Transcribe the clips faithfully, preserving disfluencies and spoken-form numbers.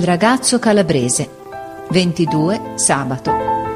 Il ragazzo calabrese, ventidue sabato.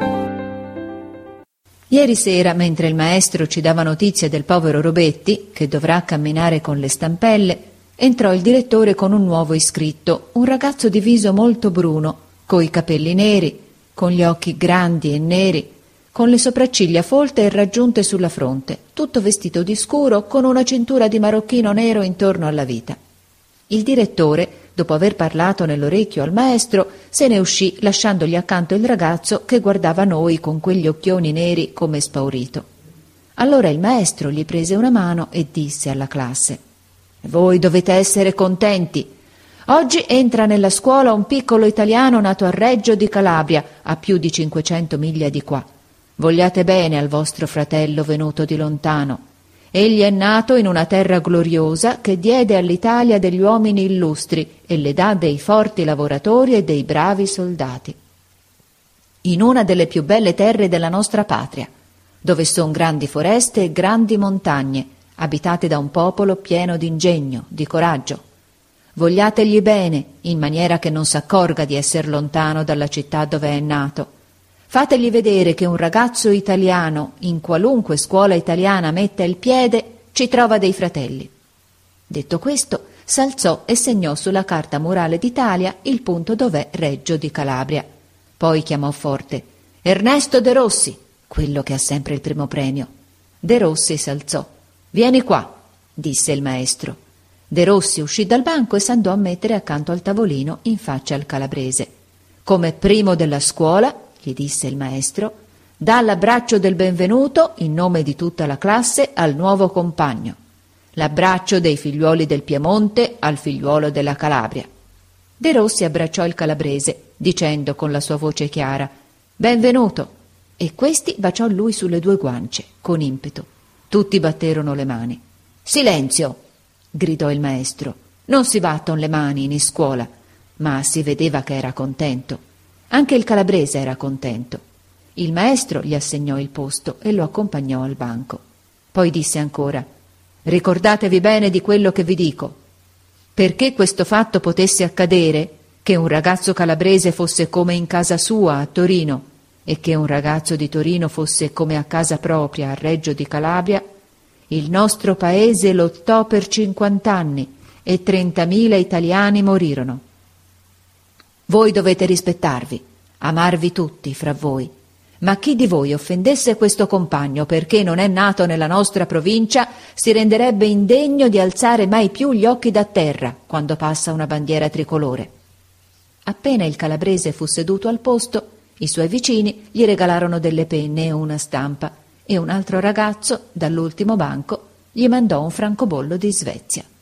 Ieri sera, mentre il maestro ci dava notizie del povero Robetti, che dovrà camminare con le stampelle, entrò il direttore con un nuovo iscritto, un ragazzo di viso molto bruno, coi capelli neri, con gli occhi grandi e neri, con le sopracciglia folte e raggiunte sulla fronte, tutto vestito di scuro, con una cintura di marocchino nero intorno alla vita. Il direttore, dopo aver parlato nell'orecchio al maestro, se ne uscì lasciandogli accanto il ragazzo che guardava noi con quegli occhioni neri come spaurito. Allora il maestro gli prese una mano e disse alla classe: «Voi dovete essere contenti. Oggi entra nella scuola un piccolo italiano nato a Reggio di Calabria, a più di cinquecento miglia di qua. Vogliate bene al vostro fratello venuto di lontano. Egli è nato in una terra gloriosa che diede all'Italia degli uomini illustri e le dà dei forti lavoratori e dei bravi soldati. In una delle più belle terre della nostra patria, dove son grandi foreste e grandi montagne, abitate da un popolo pieno d'ingegno, di coraggio. Vogliategli bene, in maniera che non s'accorga di esser lontano dalla città dove è nato. Fategli vedere che un ragazzo italiano, in qualunque scuola italiana metta il piede, ci trova dei fratelli». Detto questo, s'alzò e segnò sulla carta murale d'Italia il punto dov'è Reggio di Calabria. Poi chiamò forte: «Ernesto De Rossi», quello che ha sempre il primo premio. De Rossi s'alzò. «Vieni qua», disse il maestro. De Rossi uscì dal banco e s'andò a mettere accanto al tavolino in faccia al calabrese. «Come primo della scuola», gli disse il maestro, «dà l'abbraccio del benvenuto, in nome di tutta la classe, al nuovo compagno. L'abbraccio dei figliuoli del Piemonte al figliuolo della Calabria». De Rossi abbracciò il calabrese, dicendo con la sua voce chiara: «Benvenuto», e questi baciò lui sulle due guance, con impeto. Tutti batterono le mani. «Silenzio!» gridò il maestro. «Non si batton le mani in iscuola», ma si vedeva che era contento. Anche il calabrese era contento. Il maestro gli assegnò il posto e lo accompagnò al banco. Poi disse ancora: «Ricordatevi bene di quello che vi dico. Perché questo fatto potesse accadere, che un ragazzo calabrese fosse come in casa sua a Torino e che un ragazzo di Torino fosse come a casa propria a Reggio di Calabria, il nostro paese lottò per cinquant'anni e trentamila italiani morirono. Voi dovete rispettarvi, amarvi tutti fra voi, ma chi di voi offendesse questo compagno perché non è nato nella nostra provincia si renderebbe indegno di alzare mai più gli occhi da terra quando passa una bandiera tricolore». Appena il calabrese fu seduto al posto, i suoi vicini gli regalarono delle penne e una stampa, e un altro ragazzo, dall'ultimo banco, gli mandò un francobollo di Svezia.